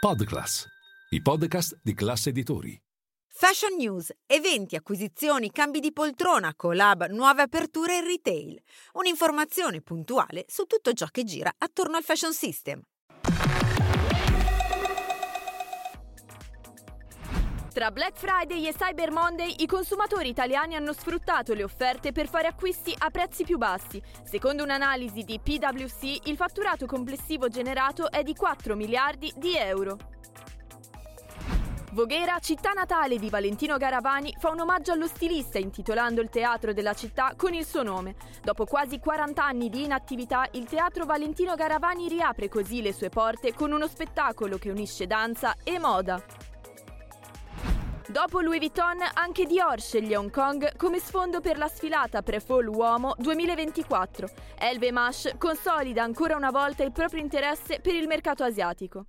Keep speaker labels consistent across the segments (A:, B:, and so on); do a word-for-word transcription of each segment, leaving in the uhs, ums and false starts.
A: Podclass, i podcast di Class Editori.
B: Fashion News, eventi, acquisizioni, cambi di poltrona, collab, nuove aperture in retail. Un'informazione puntuale su tutto ciò che gira attorno al fashion system.
C: Tra Black Friday e Cyber Monday i consumatori italiani hanno sfruttato le offerte per fare acquisti a prezzi più bassi. Secondo un'analisi di P W C, il fatturato complessivo generato è di quattro miliardi di euro. Voghera, città natale di Valentino Garavani, fa un omaggio allo stilista intitolando il teatro della città con il suo nome. Dopo quasi quaranta anni di inattività, il teatro Valentino Garavani riapre così le sue porte con uno spettacolo che unisce danza e moda. Dopo Louis Vuitton, anche Dior sceglie Hong Kong come sfondo per la sfilata pre-fall uomo duemilaventiquattro. L V Mach consolida ancora una volta il proprio interesse per il mercato asiatico.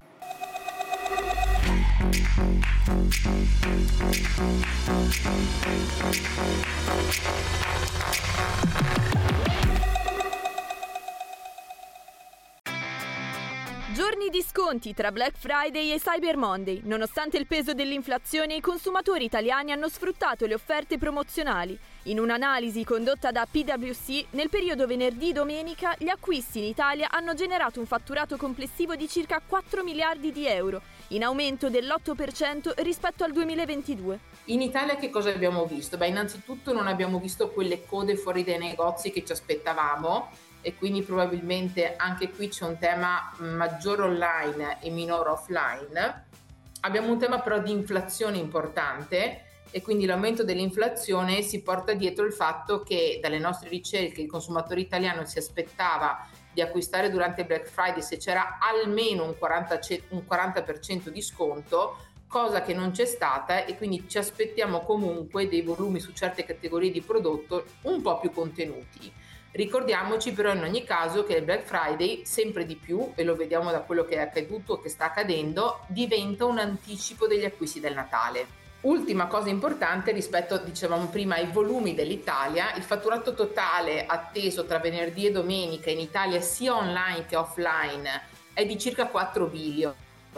C: Giorni di sconti tra Black Friday e Cyber Monday. Nonostante il peso dell'inflazione, i consumatori italiani hanno sfruttato le offerte promozionali. In un'analisi condotta da P W C, nel periodo venerdì-domenica, gli acquisti in Italia hanno generato un fatturato complessivo di circa quattro miliardi di euro, in aumento dell'otto per cento rispetto al duemilaventidue.
D: In Italia che cosa abbiamo visto? Beh, innanzitutto non abbiamo visto quelle code fuori dai negozi che ci aspettavamo, e quindi probabilmente anche qui c'è un tema maggiore online e minore offline. Abbiamo un tema però di inflazione importante e quindi l'aumento dell'inflazione si porta dietro il fatto che dalle nostre ricerche il consumatore italiano si aspettava di acquistare durante Black Friday se c'era almeno un quaranta, un quaranta per cento di sconto, cosa che non c'è stata, e quindi ci aspettiamo comunque dei volumi su certe categorie di prodotto un po' più contenuti. Ricordiamoci però in ogni caso che il Black Friday sempre di più, e lo vediamo da quello che è accaduto, che sta accadendo, diventa un anticipo degli acquisti del Natale. Ultima cosa importante rispetto, dicevamo prima, ai volumi dell'Italia: il fatturato totale atteso tra venerdì e domenica in Italia sia online che offline è di circa quattro billion,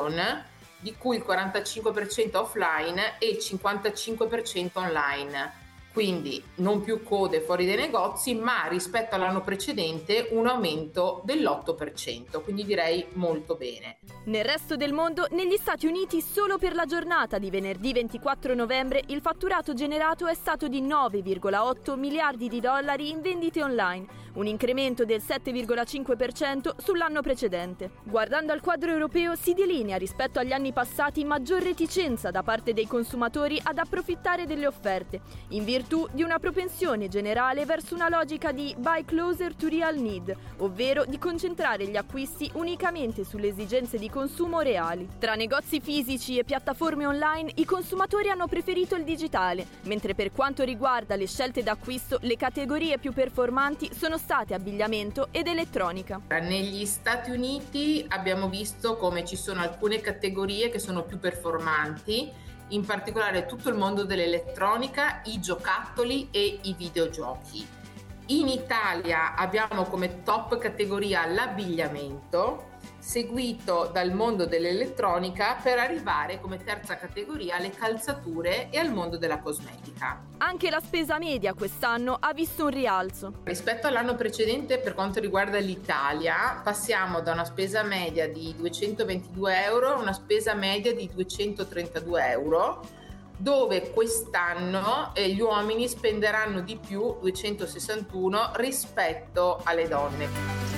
D: di cui il quarantacinque per cento offline e il cinquantacinque per cento online. Quindi non più code fuori dai negozi, ma rispetto all'anno precedente un aumento dell'otto per cento, quindi direi molto bene.
C: Nel resto del mondo, negli Stati Uniti, solo per la giornata di venerdì ventiquattro novembre, il fatturato generato è stato di nove virgola otto miliardi di dollari in vendite online, un incremento del sette virgola cinque per cento sull'anno precedente. Guardando al quadro europeo, si delinea rispetto agli anni passati maggior reticenza da parte dei consumatori ad approfittare delle offerte, in virtù di una propensione generale verso una logica di buy closer to real need, ovvero di concentrare gli acquisti unicamente sulle esigenze di consumo reali. Tra negozi fisici e piattaforme online, i consumatori hanno preferito il digitale, mentre per quanto riguarda le scelte d'acquisto, le categorie più performanti sono state abbigliamento ed elettronica.
D: Negli Stati Uniti abbiamo visto come ci sono alcune categorie che sono più performanti, in particolare tutto il mondo dell'elettronica, i giocattoli e i videogiochi. In Italia abbiamo come top categoria l'abbigliamento, seguito dal mondo dell'elettronica, per arrivare come terza categoria alle calzature e al mondo della cosmetica.
C: Anche la spesa media quest'anno ha visto un rialzo.
D: Rispetto all'anno precedente, per quanto riguarda l'Italia, passiamo da una spesa media di duecentoventidue euro a una spesa media di duecentotrentadue euro, dove quest'anno eh, gli uomini spenderanno di più, duecentosessantuno, rispetto alle donne.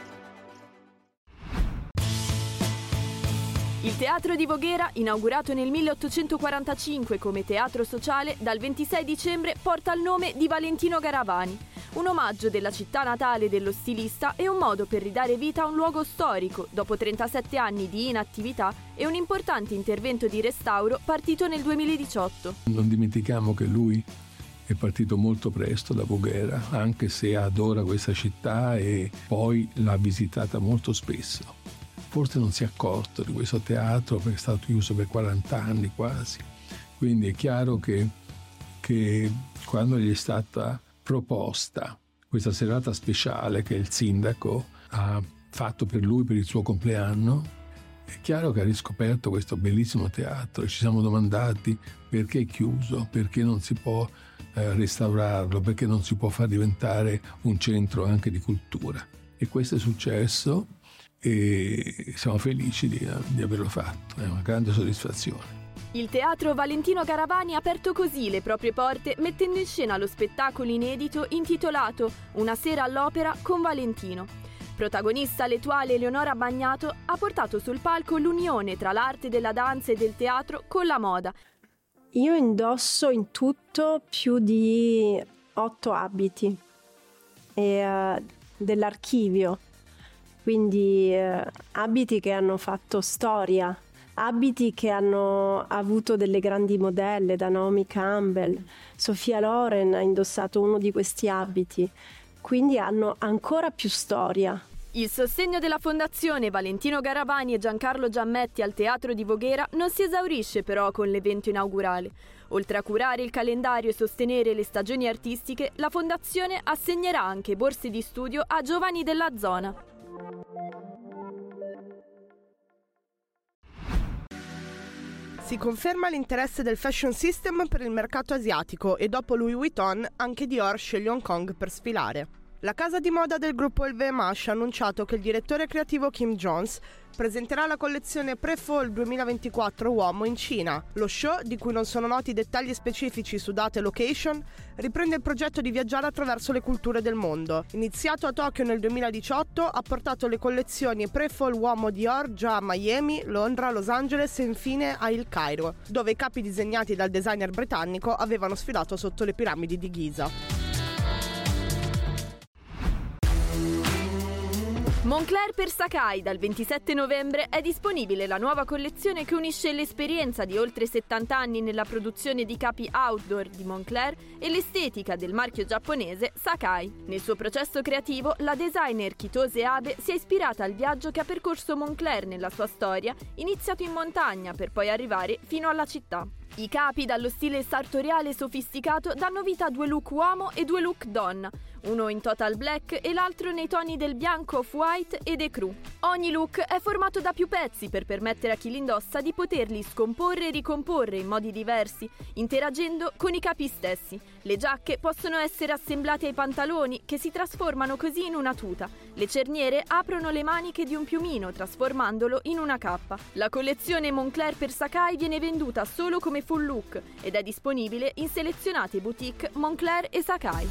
C: Il Teatro di Voghera, inaugurato nel milleottocentoquarantacinque come teatro sociale, dal ventisei dicembre porta il nome di Valentino Garavani, un omaggio della città natale dello stilista e un modo per ridare vita a un luogo storico dopo trentasette anni di inattività e un importante intervento di restauro partito nel duemiladiciotto.
E: Non dimentichiamo che lui è partito molto presto da Voghera, anche se adora questa città e poi l'ha visitata molto spesso. Forse non si è accorto di questo teatro perché è stato chiuso per quaranta anni quasi. Quindi è chiaro che, che quando gli è stata proposta questa serata speciale che il sindaco ha fatto per lui per il suo compleanno, È chiaro che ha riscoperto questo bellissimo teatro e ci siamo domandati perché è chiuso, perché non si può eh, restaurarlo, perché non si può far diventare un centro anche di cultura. E questo è successo e siamo felici di, di averlo fatto, è una grande soddisfazione.
C: Il teatro Valentino Garavani ha aperto così le proprie porte mettendo in scena lo spettacolo inedito intitolato Una sera all'opera con Valentino. Protagonista l'etuale Eleonora Bagnato ha portato sul palco l'unione tra l'arte della danza e del teatro con la moda.
F: Io indosso in tutto più di otto abiti e, uh, dell'archivio, quindi uh, abiti che hanno fatto storia, abiti che hanno avuto delle grandi modelle, da Naomi Campbell, Sofia Loren ha indossato uno di questi abiti, quindi hanno ancora più storia.
C: Il sostegno della Fondazione Valentino Garavani e Giancarlo Giammetti al Teatro di Voghera non si esaurisce però con l'evento inaugurale. Oltre a curare il calendario e sostenere le stagioni artistiche, la Fondazione assegnerà anche borse di studio a giovani della zona.
G: Si conferma l'interesse del Fashion System per il mercato asiatico e dopo Louis Vuitton anche Dior sceglie Hong Kong per sfilare. La casa di moda del gruppo L V M H ha annunciato che il direttore creativo Kim Jones presenterà la collezione Pre-Fall duemilaventiquattro Uomo in Cina. Lo show, di cui non sono noti dettagli specifici su date e location, riprende il progetto di viaggiare attraverso le culture del mondo. Iniziato a Tokyo nel duemiladiciotto, ha portato le collezioni Pre-Fall Uomo Dior già a Miami, Londra, Los Angeles e infine a Il Cairo, dove i capi disegnati dal designer britannico avevano sfilato sotto le piramidi di Giza.
C: Moncler per Sacai, dal ventisette novembre è disponibile la nuova collezione che unisce l'esperienza di oltre settanta anni nella produzione di capi outdoor di Moncler e l'estetica del marchio giapponese Sacai. Nel suo processo creativo, la designer Kitose Abe si è ispirata al viaggio che ha percorso Moncler nella sua storia, iniziato in montagna per poi arrivare fino alla città. I capi, dallo stile sartoriale e sofisticato, danno vita a due look uomo e due look donna, uno in total black e l'altro nei toni del bianco off-white ed ecru. Ogni look è formato da più pezzi per permettere a chi li indossa di poterli scomporre e ricomporre in modi diversi, interagendo con i capi stessi. Le giacche possono essere assemblate ai pantaloni, che si trasformano così in una tuta. Le cerniere aprono le maniche di un piumino, trasformandolo in una cappa. La collezione Moncler per Sacai viene venduta solo come full look ed è disponibile in selezionate boutique Moncler e Sacai.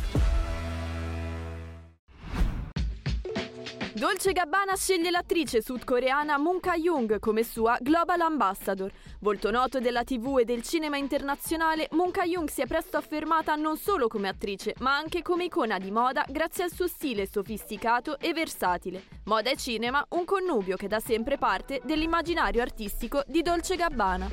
C: Dolce e Gabbana sceglie l'attrice sudcoreana Moon Ka-young come sua Global Ambassador. Volto noto della tivù e del cinema internazionale, Moon Ka-young si è presto affermata non solo come attrice, ma anche come icona di moda grazie al suo stile sofisticato e versatile. Moda e cinema, un connubio che da sempre parte dell'immaginario artistico di Dolce e Gabbana.